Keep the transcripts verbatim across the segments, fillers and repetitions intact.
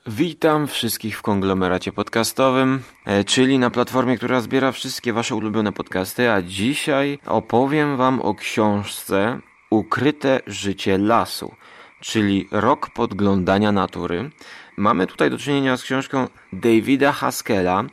Witam wszystkich w konglomeracie podcastowym, czyli na platformie, która zbiera wszystkie wasze ulubione podcasty, a dzisiaj opowiem wam o książce Ukryte życie lasu, czyli rok podglądania natury. Mamy tutaj do czynienia z książką Davida Haskella.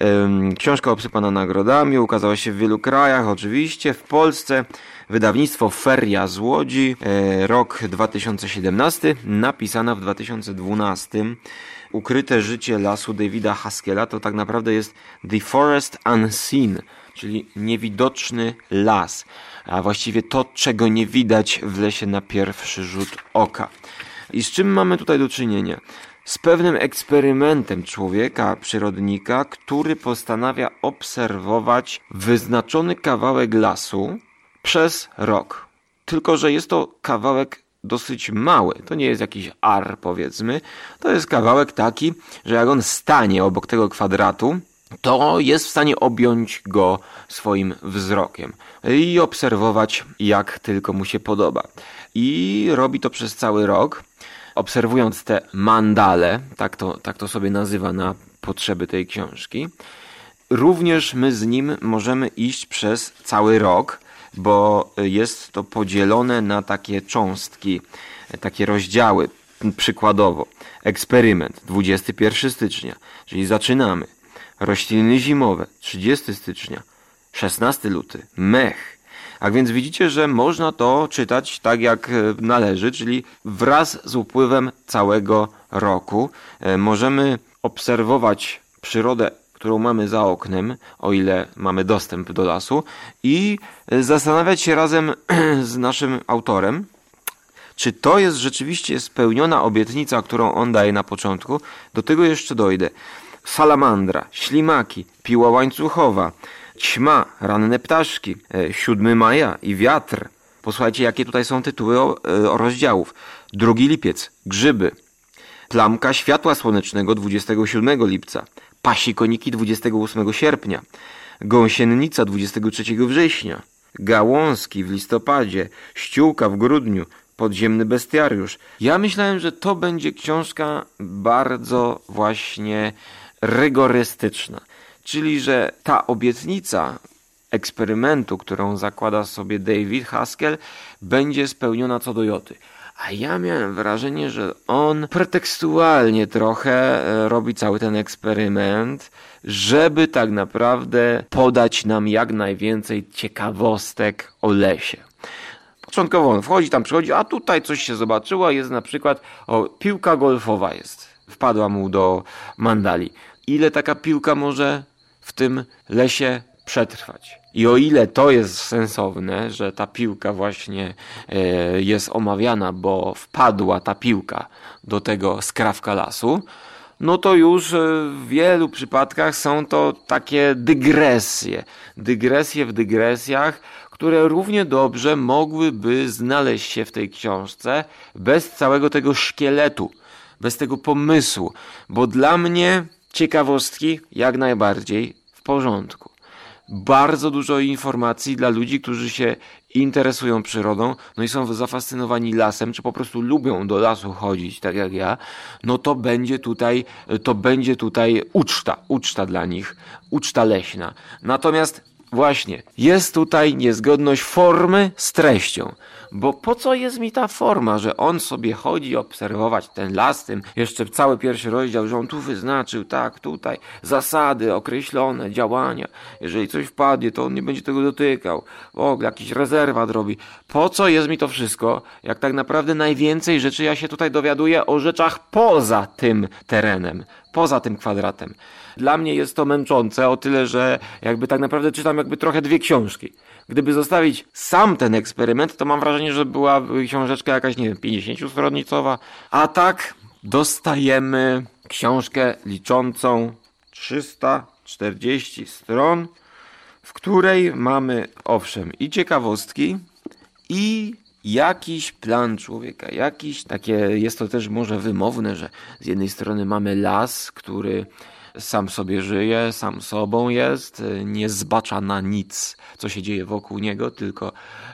Książka obsypana nagrodami, ukazała się w wielu krajach, oczywiście w Polsce. Wydawnictwo Feria z Łodzi, rok dwa tysiące siedemnasty, napisana w dwa tysiące dwunastym. Ukryte życie lasu Davida Haskella to tak naprawdę jest The Forest Unseen, czyli niewidoczny las, a właściwie to, czego nie widać w lesie na pierwszy rzut oka. I z czym mamy tutaj do czynienia? Z pewnym eksperymentem człowieka, przyrodnika, który postanawia obserwować wyznaczony kawałek lasu przez rok. Tylko że jest to kawałek dosyć mały. To nie jest jakiś ar, powiedzmy. To jest kawałek taki, że jak on stanie obok tego kwadratu, to jest w stanie objąć go swoim wzrokiem i obserwować, jak tylko mu się podoba. I robi to przez cały rok, obserwując te mandale, tak to, tak to sobie nazywa na potrzeby tej książki. Również my z nim możemy iść przez cały rok, bo jest to podzielone na takie cząstki, takie rozdziały. Przykładowo, eksperyment dwudziestego pierwszego stycznia, czyli zaczynamy. Rośliny zimowe trzydziestego stycznia, szesnastego lutego, mech. A więc widzicie, że można to czytać tak jak należy, czyli wraz z upływem całego roku. Możemy obserwować przyrodę, którą mamy za oknem, o ile mamy dostęp do lasu, i zastanawiać się razem z naszym autorem, czy to jest rzeczywiście spełniona obietnica, którą on daje na początku. Do tego jeszcze dojdę. Salamandra, ślimaki, piła łańcuchowa, ćma, ranne ptaszki, siódmego maja i wiatr. Posłuchajcie, jakie tutaj są tytuły o, o rozdziałów. drugi lipiec, grzyby, plamka światła słonecznego dwudziestego siódmego lipca, pasikoniki dwudziestego ósmego sierpnia, gąsiennica dwudziestego trzeciego września, gałązki w listopadzie, ściółka w grudniu, podziemny bestiariusz. Ja myślałem, że to będzie książka bardzo właśnie rygorystyczna, czyli że ta obietnica eksperymentu, którą zakłada sobie David Haskell, będzie spełniona co do joty. A ja miałem wrażenie, że on pretekstualnie trochę robi cały ten eksperyment, żeby tak naprawdę podać nam jak najwięcej ciekawostek o lesie. Początkowo on wchodzi, tam przychodzi, a tutaj coś się zobaczyło, jest na przykład, o, piłka golfowa jest, wpadła mu do mandali. Ile taka piłka może w tym lesie przetrwać? I o ile to jest sensowne, że ta piłka właśnie e, jest omawiana, bo wpadła ta piłka do tego skrawka lasu, no to już w wielu przypadkach są to takie dygresje. Dygresje w dygresjach, które równie dobrze mogłyby znaleźć się w tej książce bez całego tego szkieletu, bez tego pomysłu, bo dla mnie ciekawostki jak najbardziej w porządku. Bardzo dużo informacji dla ludzi, którzy się interesują przyrodą, no i są zafascynowani lasem, czy po prostu lubią do lasu chodzić, tak jak ja, no to będzie tutaj, to będzie tutaj uczta, uczta dla nich, uczta leśna. Natomiast właśnie, jest tutaj niezgodność formy z treścią. Bo po co jest mi ta forma, że on sobie chodzi obserwować ten las, tym jeszcze cały pierwszy rozdział, że on tu wyznaczył, tak, tutaj, zasady określone, działania. Jeżeli coś wpadnie, to on nie będzie tego dotykał. W ogóle jakiś rezerwat robi. Po co jest mi to wszystko, jak tak naprawdę najwięcej rzeczy ja się tutaj dowiaduję o rzeczach poza tym terenem, poza tym kwadratem. Dla mnie jest to męczące o tyle, że jakby tak naprawdę czytam jakby trochę dwie książki. Gdyby zostawić sam ten eksperyment, to mam wrażenie, że byłaby książeczka jakaś, nie wiem, pięćdziesięciostronicowa, a tak dostajemy książkę liczącą trzysta czterdzieści stron, w której mamy, owszem, i ciekawostki, i jakiś plan człowieka, jakiś takie, jest to też może wymowne, że z jednej strony mamy las, który sam sobie żyje, sam sobą jest, nie zbacza na nic, co się dzieje wokół niego, tylko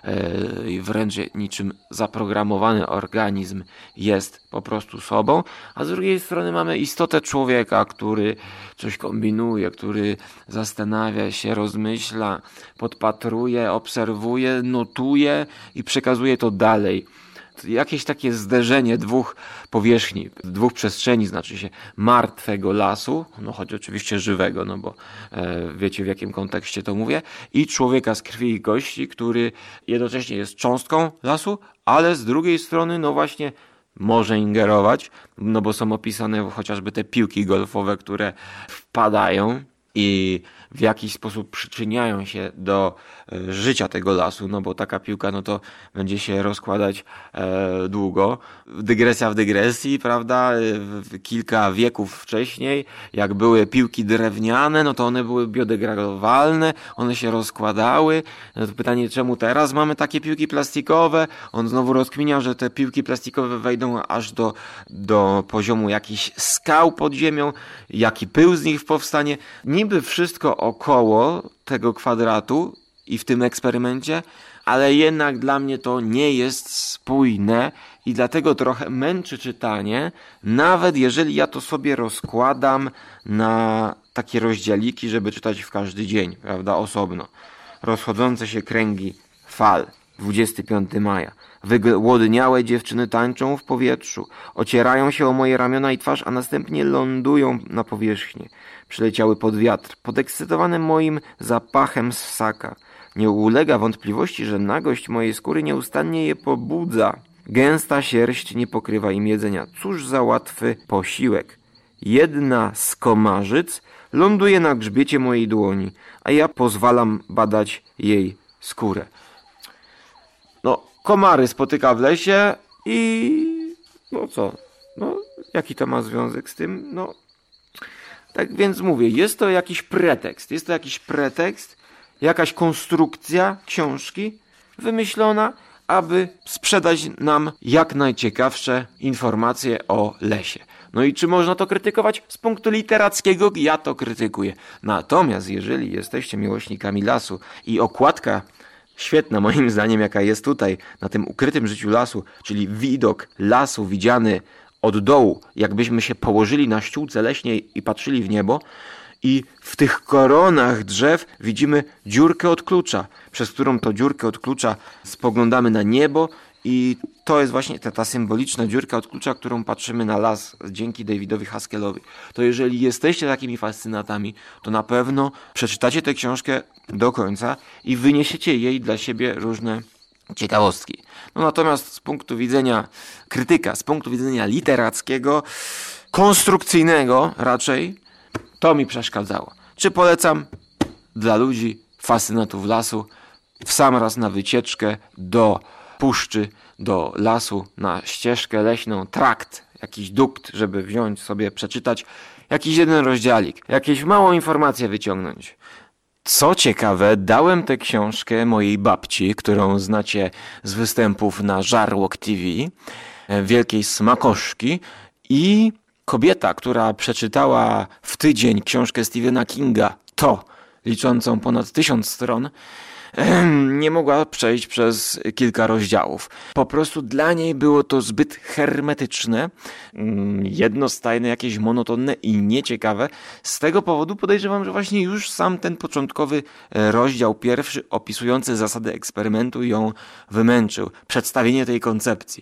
e, wręcz niczym zaprogramowany organizm jest po prostu sobą, a z drugiej strony mamy istotę człowieka, który coś kombinuje, który zastanawia się, rozmyśla, podpatruje, obserwuje, notuje i przekazuje to dalej. Jakieś takie zderzenie dwóch powierzchni, dwóch przestrzeni, znaczy się martwego lasu, no choć oczywiście żywego, no bo e, wiecie w jakim kontekście to mówię, i człowieka z krwi i kości, który jednocześnie jest cząstką lasu, ale z drugiej strony no właśnie może ingerować, no bo są opisane chociażby te piłki golfowe, które wpadają i w jakiś sposób przyczyniają się do e, życia tego lasu, no bo taka piłka no to będzie się rozkładać e, długo. Dygresja w dygresji, prawda? W, kilka wieków wcześniej, jak były piłki drewniane, no to one były biodegradowalne, one się rozkładały. No to pytanie, czemu teraz mamy takie piłki plastikowe? On znowu rozkminiał, że te piłki plastikowe wejdą aż do, do poziomu jakichś skał pod ziemią, jaki pył z nich powstanie. Niby wszystko około tego kwadratu i w tym eksperymencie, ale jednak dla mnie to nie jest spójne i dlatego trochę męczy czytanie, nawet jeżeli ja to sobie rozkładam na takie rozdziałiki, żeby czytać w każdy dzień, prawda, osobno. Rozchodzące się kręgi fal. dwudziestego piątego maja. Wygłodniałe dziewczyny tańczą w powietrzu, ocierają się o moje ramiona i twarz, a następnie lądują na powierzchni. Przyleciały pod wiatr, podekscytowane moim zapachem ssaka. Nie ulega wątpliwości, że nagość mojej skóry nieustannie je pobudza. Gęsta sierść nie pokrywa im jedzenia. Cóż za łatwy posiłek. Jedna z komarzyc ląduje na grzbiecie mojej dłoni, a ja pozwalam badać jej skórę. No, komary spotyka w lesie i no co, no jaki to ma związek z tym? No, tak więc mówię, jest to jakiś pretekst, jest to jakiś pretekst, jakaś konstrukcja książki wymyślona, aby sprzedać nam jak najciekawsze informacje o lesie. No i czy można to krytykować? Z punktu literackiego ja to krytykuję. Natomiast jeżeli jesteście miłośnikami lasu i okładka świetna moim zdaniem, jaka jest tutaj na tym ukrytym życiu lasu, czyli widok lasu widziany od dołu, jakbyśmy się położyli na ściółce leśnej i patrzyli w niebo i w tych koronach drzew widzimy dziurkę od klucza, przez którą to dziurkę od klucza spoglądamy na niebo i to jest właśnie ta, ta symboliczna dziurka od klucza, którą patrzymy na las dzięki Davidowi Haskellowi. To jeżeli jesteście takimi fascynatami, to na pewno przeczytacie tę książkę do końca i wyniesiecie jej dla siebie różne ciekawostki. No natomiast z punktu widzenia krytyka, z punktu widzenia literackiego, konstrukcyjnego raczej, to mi przeszkadzało. Czy polecam? Dla ludzi, fascynatów lasu, w sam raz na wycieczkę do puszczy, do lasu, na ścieżkę leśną, trakt, jakiś dukt, żeby wziąć sobie, przeczytać jakiś jeden rozdziałik, jakieś małą informację wyciągnąć. Co ciekawe, dałem tę książkę mojej babci, którą znacie z występów na Żarłok T V, wielkiej smakoszki, i kobieta, która przeczytała w tydzień książkę Stephena Kinga, to liczącą ponad tysiąc stron, nie mogła przejść przez kilka rozdziałów. Po prostu dla niej było to zbyt hermetyczne, jednostajne, jakieś monotonne i nieciekawe. Z tego powodu podejrzewam, że właśnie już sam ten początkowy rozdział pierwszy opisujący zasady eksperymentu ją wymęczył. Przedstawienie tej koncepcji.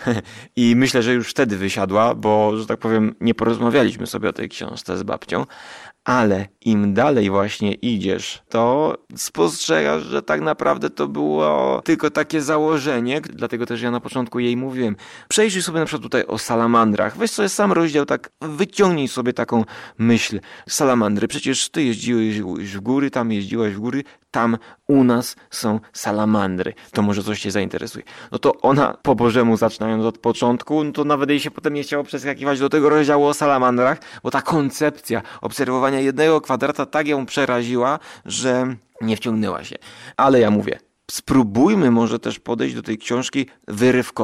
I myślę, że już wtedy wysiadła, bo, że tak powiem, nie porozmawialiśmy sobie o tej książce z babcią. Ale im dalej właśnie idziesz, to spostrzegasz, że tak naprawdę to było tylko takie założenie, dlatego też ja na początku jej mówiłem. Przejrzyj sobie na przykład tutaj o salamandrach. Weź sobie sam rozdział, tak wyciągnij sobie taką myśl. Salamandry, przecież ty jeździłeś w góry, tam jeździłaś w góry, tam u nas są salamandry. To może coś cię zainteresuje. No to ona po bożemu, zaczynając od początku, no to nawet jej się potem nie chciało przeskakiwać do tego rozdziału o salamandrach, bo ta koncepcja obserwowania jednego kwadrata tak ją przeraziła, że nie wciągnęła się. Ale ja mówię, spróbujmy może też podejść do tej książki wyrywkowo.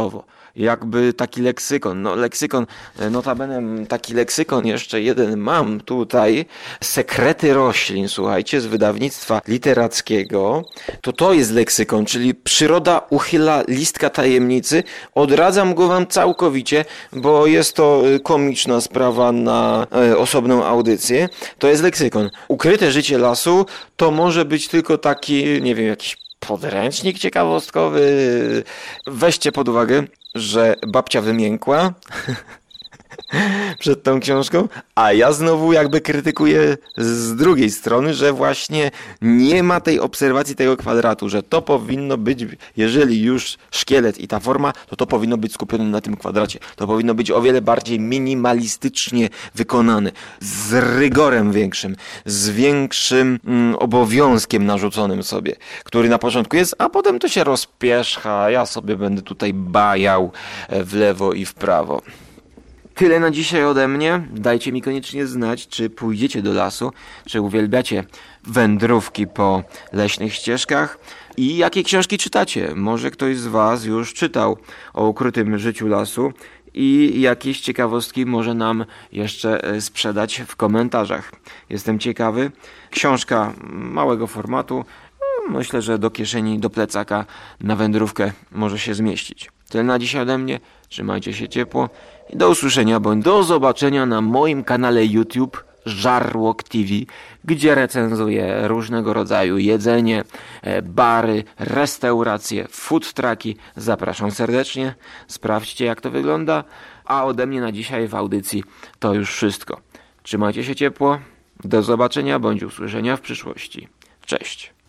jakby taki leksykon. No leksykon, notabene taki leksykon jeszcze jeden mam tutaj. Sekrety roślin, słuchajcie, z wydawnictwa literackiego. To to jest leksykon, czyli przyroda uchyla listka tajemnicy. Odradzam go wam całkowicie, bo jest to komiczna sprawa na osobną audycję. To jest leksykon. Ukryte życie lasu to może być tylko taki, nie wiem, jakiś podręcznik ciekawostkowy. Weźcie pod uwagę, że babcia wymiękła przed tą książką, a ja znowu jakby krytykuję z drugiej strony, że właśnie nie ma tej obserwacji tego kwadratu, że to powinno być, jeżeli już szkielet i ta forma, to to powinno być skupione na tym kwadracie. To powinno być o wiele bardziej minimalistycznie wykonane, z rygorem większym, z większym mm, obowiązkiem narzuconym sobie, który na początku jest, a potem to się rozpierzcha, ja sobie będę tutaj bajał w lewo i w prawo. Tyle na dzisiaj ode mnie. Dajcie mi koniecznie znać, czy pójdziecie do lasu, czy uwielbiacie wędrówki po leśnych ścieżkach i jakie książki czytacie. Może ktoś z was już czytał o ukrytym życiu lasu i jakieś ciekawostki może nam jeszcze sprzedać w komentarzach. Jestem ciekawy. Książka małego formatu. Myślę, że do kieszeni, do plecaka na wędrówkę może się zmieścić. Tyle na dzisiaj ode mnie. Trzymajcie się ciepło i do usłyszenia bądź do zobaczenia na moim kanale YouTube Żarłok T V, gdzie recenzuję różnego rodzaju jedzenie, bary, restauracje, food trucki. Zapraszam serdecznie. Sprawdźcie, jak to wygląda. A ode mnie na dzisiaj w audycji to już wszystko. Trzymajcie się ciepło. Do zobaczenia bądź usłyszenia w przyszłości. Cześć.